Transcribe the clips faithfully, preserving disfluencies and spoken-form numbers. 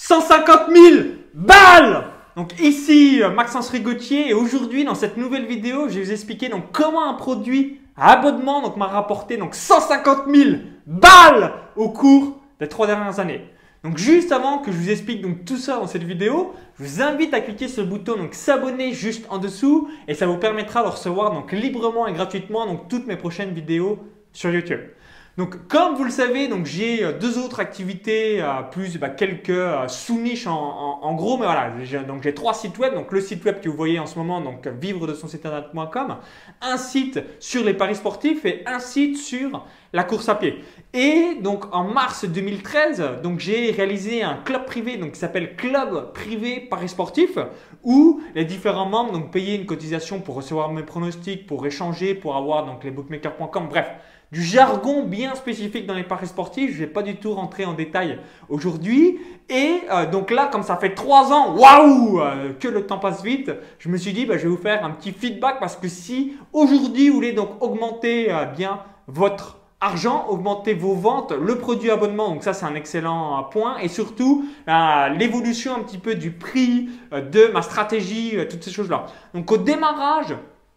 cent cinquante mille balles. Donc ici Maxence Rigotier et aujourd'hui dans cette nouvelle vidéo, je vais vous expliquer donc comment un produit à abonnement donc m'a rapporté donc cent cinquante mille balles au cours des trois dernières années. Donc juste avant que je vous explique donc tout ça dans cette vidéo, je vous invite à cliquer sur le bouton donc s'abonner juste en dessous et ça vous permettra de recevoir donc librement et gratuitement donc toutes mes prochaines vidéos sur YouTube. Donc comme vous le savez, donc j'ai deux autres activités euh, plus bah, quelques euh, sous-niches en, en, en gros, mais voilà, j'ai, donc j'ai trois sites web. Donc le site web que vous voyez en ce moment, donc vivre de son site internet point com, un site sur les paris sportifs et un site sur la course à pied. Et donc en mars deux mille treize, donc j'ai réalisé un club privé donc qui s'appelle Club Privé Paris Sportif où les différents membres donc payaient une cotisation pour recevoir mes pronostics, pour échanger, pour avoir donc les bookmakers point com, bref. Du jargon bien spécifique dans les paris sportifs, je ne vais pas du tout rentrer en détail aujourd'hui. Et euh, donc là, comme ça fait trois ans, waouh, euh, que le temps passe vite, je me suis dit, bah, je vais vous faire un petit feedback parce que si aujourd'hui vous voulez donc augmenter euh, bien votre argent, augmenter vos ventes, le produit abonnement, donc ça c'est un excellent euh, point et surtout euh, l'évolution un petit peu du prix, euh, de ma stratégie, euh, toutes ces choses-là. Donc au démarrage,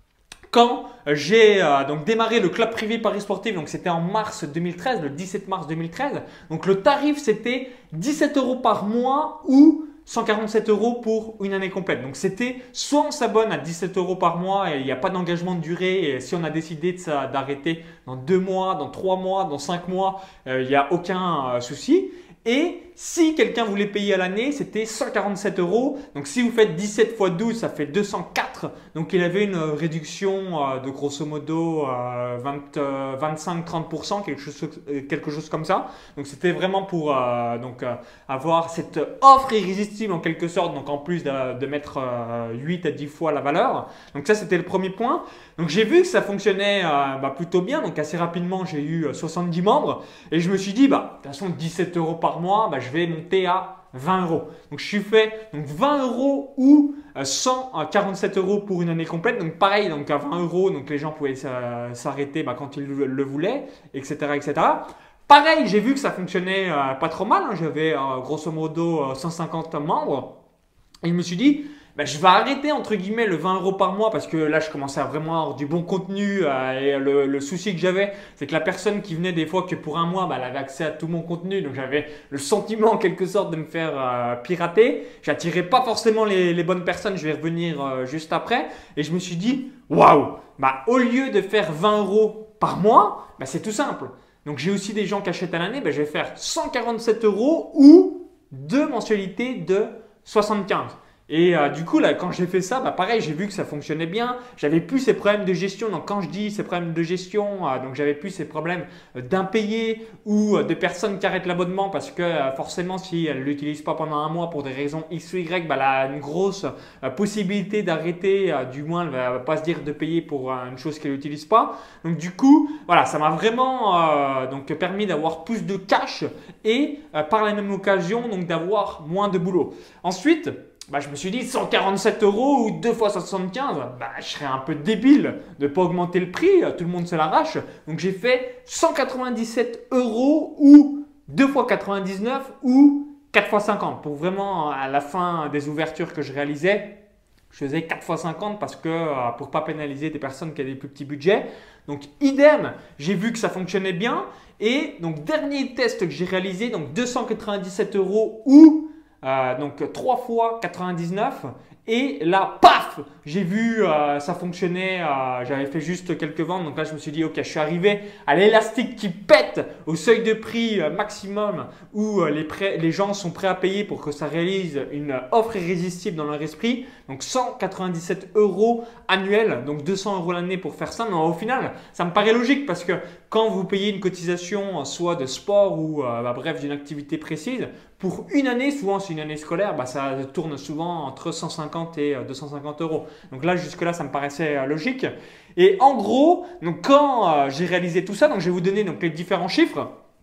quand j'ai euh, donc démarré le club privé Paris Sportif, donc c'était en mars deux mille treize, le dix-sept mars deux mille treize. Donc le tarif c'était dix-sept euros par mois ou cent quarante-sept euros pour une année complète. Donc c'était soit on s'abonne à dix-sept euros par mois et il n'y a pas d'engagement de durée et si on a décidé de d'arrêter dans deux mois, dans trois mois, dans cinq mois, euh, il n'y a aucun euh, souci. Et si quelqu'un voulait payer à l'année, c'était cent quarante-sept euros. Donc si vous faites dix-sept fois douze, ça fait deux cent quatre. Donc il avait une réduction euh, de grosso modo euh, vingt-cinq à trente pour cent, quelque chose, quelque chose comme ça. Donc c'était vraiment pour euh, donc, euh, avoir cette offre irrésistible en quelque sorte. Donc en plus de, de mettre euh, huit à dix fois la valeur. Donc ça c'était le premier point. Donc j'ai vu que ça fonctionnait euh, bah, plutôt bien. Donc assez rapidement j'ai eu soixante-dix membres. Et je me suis dit, bah, de toute façon dix-sept euros par mois, bah, je vais monter à vingt euros. Donc je suis fait donc vingt euros ou cent quarante-sept euros pour une année complète. Donc pareil, donc à vingt euros, donc les gens pouvaient s'arrêter bah, quand ils le voulaient, et cetera, et cetera. Pareil, j'ai vu que ça fonctionnait euh, pas trop mal. Hein. J'avais euh, grosso modo euh, cent cinquante membres. Et je me suis dit, ben, je vais arrêter entre guillemets le vingt euros par mois parce que là je commençais à vraiment avoir du bon contenu euh, et le, le souci que j'avais c'est que la personne qui venait des fois que pour un mois ben, elle avait accès à tout mon contenu donc j'avais le sentiment en quelque sorte de me faire euh, pirater. J'attirais pas forcément les, les bonnes personnes, je vais revenir euh, juste après et je me suis dit waouh, ben, au lieu de faire vingt euros par mois, ben, c'est tout simple. Donc j'ai aussi des gens qui achètent à l'année, ben, je vais faire cent quarante-sept euros ou deux mensualités de soixante-quinze. Et euh, du coup, là, quand j'ai fait ça, bah, pareil, j'ai vu que ça fonctionnait bien. J'avais plus ces problèmes de gestion. Donc, quand je dis ces problèmes de gestion, euh, donc j'avais plus ces problèmes euh, d'impayés ou euh, de personnes qui arrêtent l'abonnement parce que euh, forcément, si elles ne l'utilisent pas pendant un mois pour des raisons X ou Y, bah, elle a une grosse euh, possibilité d'arrêter. Euh, du moins, elle ne va pas se dire de payer pour euh, une chose qu'elle n'utilise pas. Donc, du coup, voilà, ça m'a vraiment euh, donc, permis d'avoir plus de cash et euh, par la même occasion, donc d'avoir moins de boulot. Ensuite, bah, je me suis dit cent quarante-sept euros ou deux fois soixante-quinze, bah, je serais un peu débile de ne pas augmenter le prix, tout le monde se l'arrache. Donc j'ai fait cent quatre-vingt-dix-sept euros ou deux fois quatre-vingt-dix-neuf ou quatre fois cinquante. Pour vraiment à la fin des ouvertures que je réalisais, je faisais quatre fois cinquante parce que pour ne pas pénaliser des personnes qui ont des plus petits budgets. Donc idem, j'ai vu que ça fonctionnait bien. Et donc dernier test que j'ai réalisé, donc deux cent quatre-vingt-dix-sept euros ou Euh, donc trois fois quatre-vingt-dix-neuf et là paf j'ai vu euh, ça fonctionnait, euh, j'avais fait juste quelques ventes donc là je me suis dit ok je suis arrivé à l'élastique qui pète au seuil de prix euh, maximum où euh, les, prêts, les gens sont prêts à payer pour que ça réalise une offre irrésistible dans leur esprit. Donc cent quatre-vingt-dix-sept euros annuels, donc deux cents euros l'année pour faire ça. Mais au final ça me paraît logique parce que quand vous payez une cotisation soit de sport ou euh, bah, bref d'une activité précise pour une année, souvent c'est une année scolaire, bah, ça tourne souvent entre cent cinquante et deux cent cinquante euros. Donc là, jusque-là, ça me paraissait euh, logique. Et en gros, donc, quand euh, j'ai réalisé tout ça, donc je vais vous donner donc, les différents chiffres.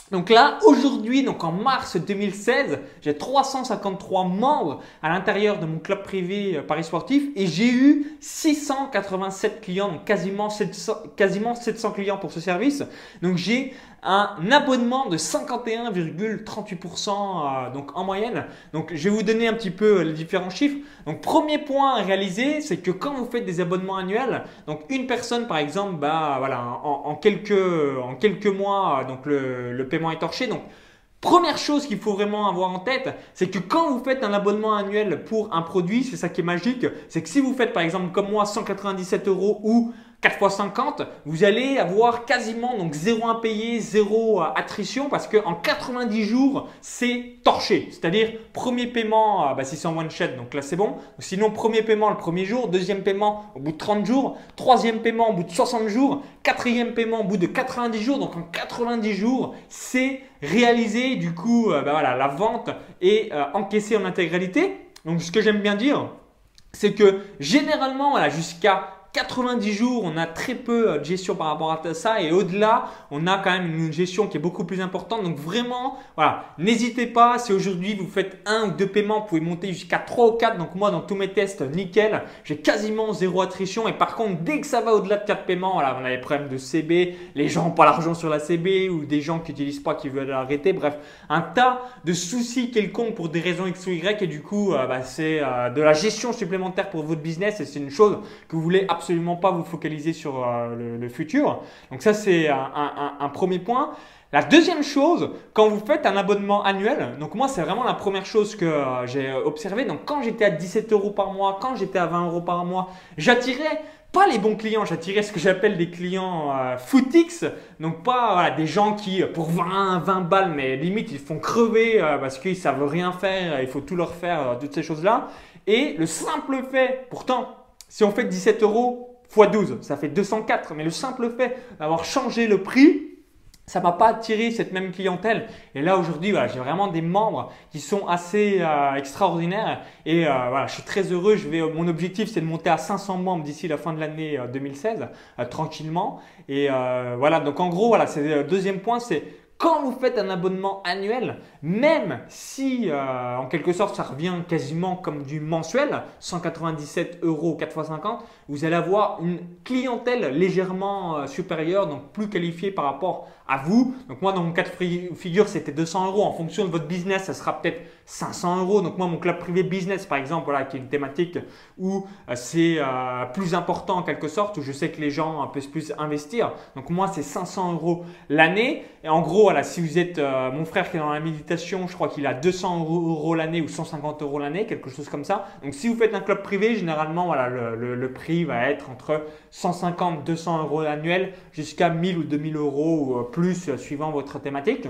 Donc là, aujourd'hui, donc en mars deux mille seize, j'ai trois cent cinquante-trois membres à l'intérieur de mon club privé Paris Sportif et j'ai eu six cent quatre-vingt-sept clients, donc quasiment sept cents, quasiment sept cents clients pour ce service. Donc j'ai un abonnement de cinquante et un virgule trente-huit pour cent euh, donc en moyenne. Donc je vais vous donner un petit peu les différents chiffres. Donc premier point à réaliser, c'est que quand vous faites des abonnements annuels, donc une personne par exemple, bah voilà, en, en quelques en quelques mois, donc le, le paiement est torché. Donc première chose qu'il faut vraiment avoir en tête, c'est que quand vous faites un abonnement annuel pour un produit, c'est ça qui est magique, c'est que si vous faites par exemple comme moi cent quatre-vingt-dix-sept euros ou quatre fois cinquante, vous allez avoir quasiment donc zéro impayé, zéro attrition parce qu'en quatre-vingt-dix jours, c'est torché. C'est-à-dire premier paiement, bah, si c'est en one shot, donc là c'est bon. Sinon, premier paiement le premier jour, deuxième paiement au bout de trente jours, troisième paiement au bout de soixante jours, quatrième paiement au bout de quatre-vingt-dix jours. Donc en quatre-vingt-dix jours, c'est réalisé. Du coup, bah, voilà, la vente est euh, encaissée en intégralité. Donc ce que j'aime bien dire, c'est que généralement, voilà, jusqu'à quatre-vingt-dix jours, on a très peu de gestion par rapport à ça et au-delà, on a quand même une gestion qui est beaucoup plus importante. Donc vraiment, voilà, n'hésitez pas. Si aujourd'hui vous faites un ou deux paiements, vous pouvez monter jusqu'à trois ou quatre. Donc moi, dans tous mes tests, nickel, j'ai quasiment zéro attrition. Et par contre, dès que ça va au-delà de quatre paiements, voilà, on a des problèmes de C B, les gens n'ont pas l'argent sur la C B ou des gens qui n'utilisent pas, qui veulent arrêter. Bref, un tas de soucis quelconques pour des raisons X ou Y et du coup, euh, bah, c'est euh, de la gestion supplémentaire pour votre business et c'est une chose que vous voulez absolument absolument pas vous focaliser sur euh, le, le futur. Donc ça, c'est un, un, un premier point. La deuxième chose, quand vous faites un abonnement annuel, donc moi, c'est vraiment la première chose que euh, j'ai observé. Donc quand j'étais à dix-sept euros par mois, quand j'étais à vingt euros par mois, j'attirais pas les bons clients, j'attirais ce que j'appelle des clients euh, footix, donc pas voilà, des gens qui pour vingt, vingt balles, mais limite ils font crever euh, parce qu'ils savent rien faire, il faut tout leur faire, euh, toutes ces choses-là. Et le simple fait, pourtant, si on fait dix-sept euros fois douze, ça fait deux cent quatre. Mais le simple fait d'avoir changé le prix, ça ne m'a pas attiré cette même clientèle. Et là, aujourd'hui, voilà, j'ai vraiment des membres qui sont assez euh, extraordinaires. Et euh, voilà, je suis très heureux. Je vais, mon objectif, c'est de monter à cinq cents membres d'ici la fin de l'année euh, deux mille seize, euh, tranquillement. Et euh, voilà, donc en gros, voilà, c'est le deuxième point, c'est quand vous faites un abonnement annuel, même si euh, en quelque sorte ça revient quasiment comme du mensuel, cent quatre-vingt-dix-sept euros quatre fois cinquante, vous allez avoir une clientèle légèrement euh, supérieure, donc plus qualifiée par rapport à vous. Donc moi dans mon cas de figure c'était deux cents euros. En fonction de votre business, ça sera peut-être cinq cents euros. Donc moi mon club privé business par exemple, voilà, qui est une thématique où euh, c'est euh, plus important en quelque sorte, où je sais que les gens euh, peuvent plus investir. Donc moi c'est cinq cents euros l'année. Et en gros, voilà, si vous êtes euh, mon frère qui est dans la méditation, je crois qu'il a deux cents euros l'année ou cent cinquante euros l'année, quelque chose comme ça. Donc si vous faites un club privé, généralement voilà, le, le, le prix va être entre cent cinquante, deux cents euros annuels jusqu'à mille ou deux mille euros ou euh, plus euh, suivant votre thématique.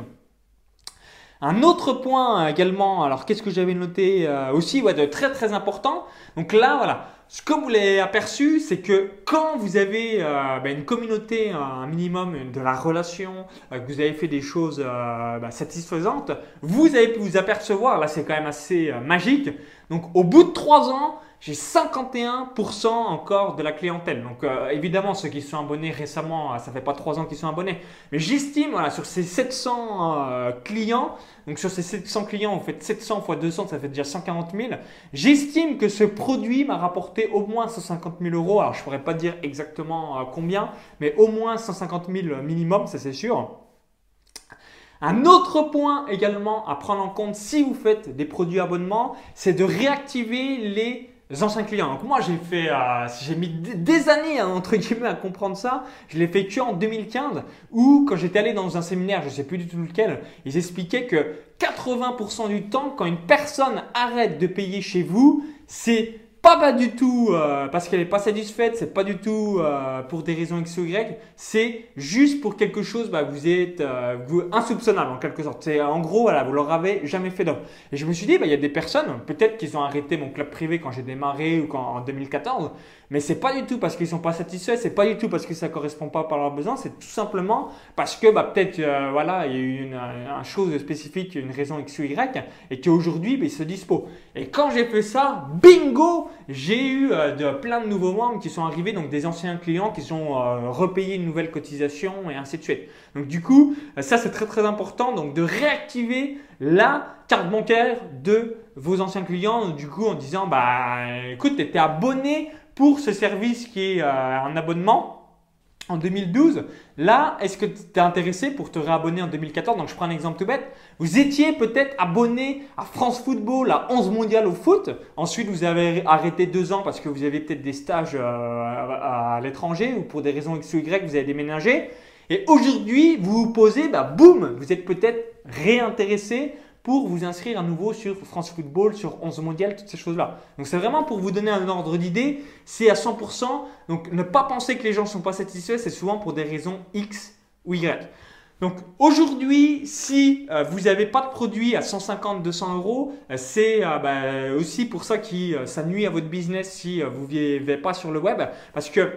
Un autre point également, alors qu'est-ce que j'avais noté euh, aussi, ouais, de très très important. Donc là, voilà, ce que vous l'avez aperçu, c'est que quand vous avez euh, bah, une communauté, un minimum de la relation, euh, que vous avez fait des choses euh, bah, satisfaisantes, vous avez pu vous apercevoir, là c'est quand même assez euh, magique. Donc au bout de trois ans, j'ai cinquante et un pour cent encore de la clientèle. Donc euh, évidemment, ceux qui sont abonnés récemment, ça fait pas trois ans qu'ils sont abonnés. Mais j'estime, voilà, sur ces sept cents euh, clients, donc sur ces sept cents clients, vous faites sept cents fois deux cents, ça fait déjà cent quarante mille. J'estime que ce produit m'a rapporté au moins cent cinquante mille euros. Alors je pourrais pas dire exactement euh, combien, mais au moins cent cinquante mille minimum, ça c'est sûr. Un autre point également à prendre en compte si vous faites des produits abonnements, c'est de réactiver les anciens clients. Donc moi j'ai fait, euh, j'ai mis des années hein, entre guillemets à comprendre ça. Je l'ai fait que en deux mille quinze où quand j'étais allé dans un séminaire, je ne sais plus du tout lequel, ils expliquaient que quatre-vingts pour cent du temps, quand une personne arrête de payer chez vous, c'est pas, pas du tout euh, parce qu'elle n'est pas satisfaite, c'est pas du tout euh, pour des raisons X ou Y, c'est juste pour quelque chose, bah, vous êtes euh, vous, insoupçonnable en quelque sorte. C'est en gros, voilà, vous leur avez jamais fait d'offre. Et je me suis dit, bah, il y a des personnes, peut-être qu'ils ont arrêté mon club privé quand j'ai démarré ou quand, en deux mille quatorze, mais c'est pas du tout parce qu'ils sont pas satisfaits, c'est pas du tout parce que ça correspond pas par leurs besoins, c'est tout simplement parce que bah, peut-être euh, voilà, il y a eu une, une chose spécifique, une raison X ou Y, et qu'aujourd'hui, bah, ils se dispo. Et quand j'ai fait ça, bingo! j'ai eu euh, de, plein de nouveaux membres qui sont arrivés, donc des anciens clients qui sont euh, repayés une nouvelle cotisation et ainsi de suite. Donc du coup, ça c'est très très important donc de réactiver la carte bancaire de vos anciens clients du coup en disant bah écoute, tu étais abonné pour ce service qui est euh, un abonnement en deux mille douze, là, est-ce que tu es intéressé pour te réabonner en deux mille quatorze? Donc, je prends un exemple tout bête. Vous étiez peut-être abonné à France Football, à onze mondial au foot. Ensuite, vous avez arrêté deux ans parce que vous avez peut-être des stages euh, à, à l'étranger ou pour des raisons X ou Y, vous avez déménagé. Et aujourd'hui, vous vous posez, bah, boum, vous êtes peut-être réintéressé pour vous inscrire à nouveau sur France Football, sur onze mondial, toutes ces choses-là. Donc, c'est vraiment pour vous donner un ordre d'idée. C'est à cent pour cent. Donc, ne pas penser que les gens ne sont pas satisfaits, c'est souvent pour des raisons X ou Y. Donc, aujourd'hui, si euh, vous n'avez pas de produit à cent cinquante à deux cents euros, euh, c'est euh, bah, aussi pour ça que euh, ça nuit à votre business si euh, vous ne vivez pas sur le web. Parce que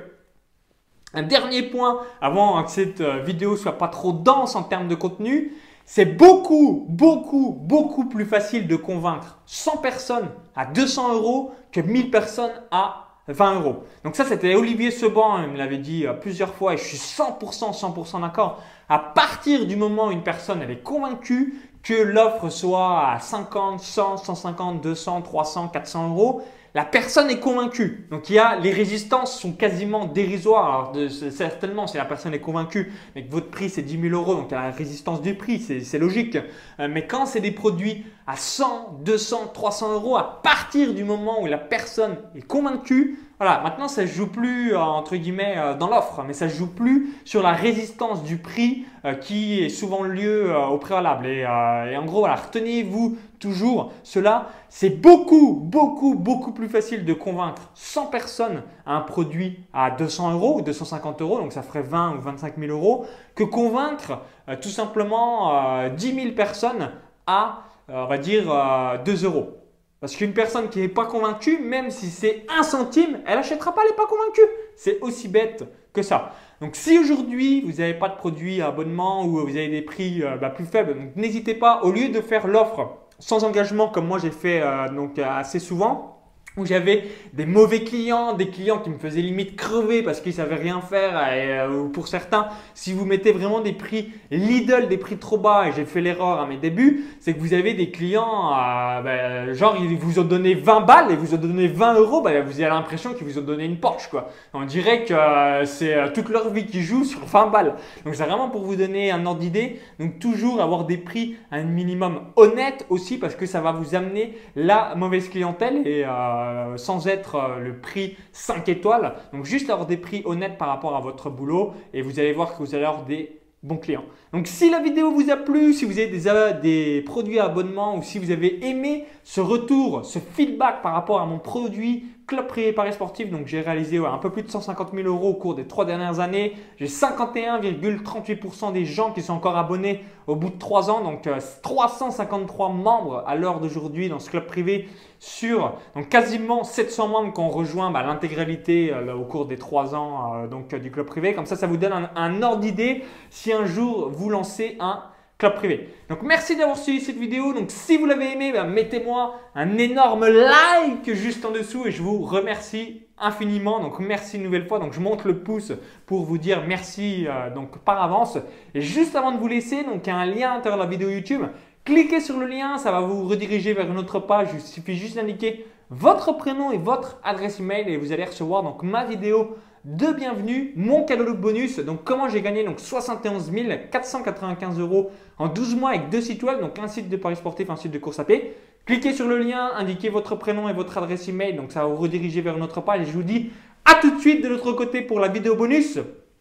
un dernier point, avant que cette euh, vidéo soit pas trop dense en termes de contenu, c'est beaucoup, beaucoup, beaucoup plus facile de convaincre cent personnes à deux cents euros que mille personnes à vingt euros. Donc ça, c'était Olivier Seban, il me l'avait dit plusieurs fois et je suis cent pour cent, cent pour cent d'accord. À partir du moment où une personne elle est convaincue que l'offre soit à cinquante, cent, cent cinquante, deux cents, trois cents, quatre cents euros, la personne est convaincue. Donc, il y a, les résistances sont quasiment dérisoires. Alors, de, certainement, si la personne est convaincue, mais que votre prix c'est dix mille euros, donc il y a la résistance du prix, c'est logique. Euh, mais quand c'est des produits à cent, deux cents, trois cents euros, à partir du moment où la personne est convaincue, voilà, maintenant ça ne joue plus euh, entre guillemets euh, dans l'offre, mais ça ne joue plus sur la résistance du prix euh, qui est souvent lieu euh, au préalable. Et, euh, et en gros, voilà, retenez-vous toujours cela. C'est beaucoup, beaucoup, beaucoup plus facile de convaincre cent personnes à un produit à deux cents euros ou deux cent cinquante euros, donc ça ferait vingt ou vingt-cinq mille euros, que convaincre euh, tout simplement euh, dix mille personnes à, euh, on va dire, euh, deux euros. Parce qu'une personne qui n'est pas convaincue, même si c'est un centime, elle n'achètera pas, elle n'est pas convaincue. C'est aussi bête que ça. Donc, si aujourd'hui, vous n'avez pas de produit à abonnement ou vous avez des prix euh, bah, plus faibles, n'hésitez pas, au lieu de faire l'offre sans engagement comme moi j'ai fait euh, donc, assez souvent, où j'avais des mauvais clients, des clients qui me faisaient limite crever parce qu'ils ne savaient rien faire. Et euh, pour certains, si vous mettez vraiment des prix Lidl, des prix trop bas, et j'ai fait l'erreur à mes débuts, c'est que vous avez des clients, euh, ben, genre ils vous ont donné vingt balles et vous ont donné vingt euros, ben, vous avez l'impression qu'ils vous ont donné une Porsche, quoi. On dirait que euh, c'est euh, toute leur vie qui joue sur vingt balles. Donc c'est vraiment pour vous donner un ordre d'idée. Donc toujours avoir des prix à un minimum honnête aussi parce que ça va vous amener la mauvaise clientèle et euh, Euh, sans être euh, le prix cinq étoiles. Donc juste avoir des prix honnêtes par rapport à votre boulot et vous allez voir que vous allez avoir des bons clients. Donc si la vidéo vous a plu, si vous avez des, euh, des produits à abonnement ou si vous avez aimé ce retour, ce feedback par rapport à mon produit Club Privé Paris Sportif, donc j'ai réalisé ouais, un peu plus de cent cinquante mille euros au cours des trois dernières années. J'ai cinquante et un virgule trente-huit pour cent des gens qui sont encore abonnés au bout de trois ans, donc euh, trois cent cinquante-trois membres à l'heure d'aujourd'hui dans ce club privé sur donc quasiment sept cents membres qui ont rejoint bah, l'intégralité euh, au cours des trois ans euh, donc, euh, du club privé. Comme ça, ça vous donne un, un ordre d'idée si un jour vous lancez un club privé. Donc merci d'avoir suivi cette vidéo. Donc si vous l'avez aimé, ben, mettez-moi un énorme like juste en dessous et je vous remercie infiniment. Donc merci une nouvelle fois. Donc je monte le pouce pour vous dire merci euh, donc par avance. Et juste avant de vous laisser, donc il y a un lien à l'intérieur de la vidéo YouTube. Cliquez sur le lien, ça va vous rediriger vers une autre page. Il suffit juste d'indiquer votre prénom et votre adresse email et vous allez recevoir donc ma vidéo de bienvenue, mon cadeau de bonus. Donc comment j'ai gagné donc soixante et onze mille quatre cent quatre-vingt-quinze euros en douze mois avec deux sites web, donc un site de paris sportif, un site de course à pied. Cliquez sur le lien, indiquez votre prénom et votre adresse email, donc ça va vous rediriger vers une autre page et je vous dis à tout de suite de l'autre côté pour la vidéo bonus.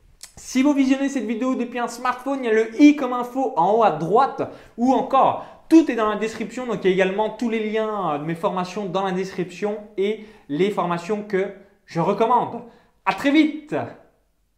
Si vous visionnez cette vidéo depuis un smartphone, il y a le i comme info en haut à droite ou encore tout est dans la description. Donc il y a également tous les liens de mes formations dans la description et les formations que je recommande. À très vite!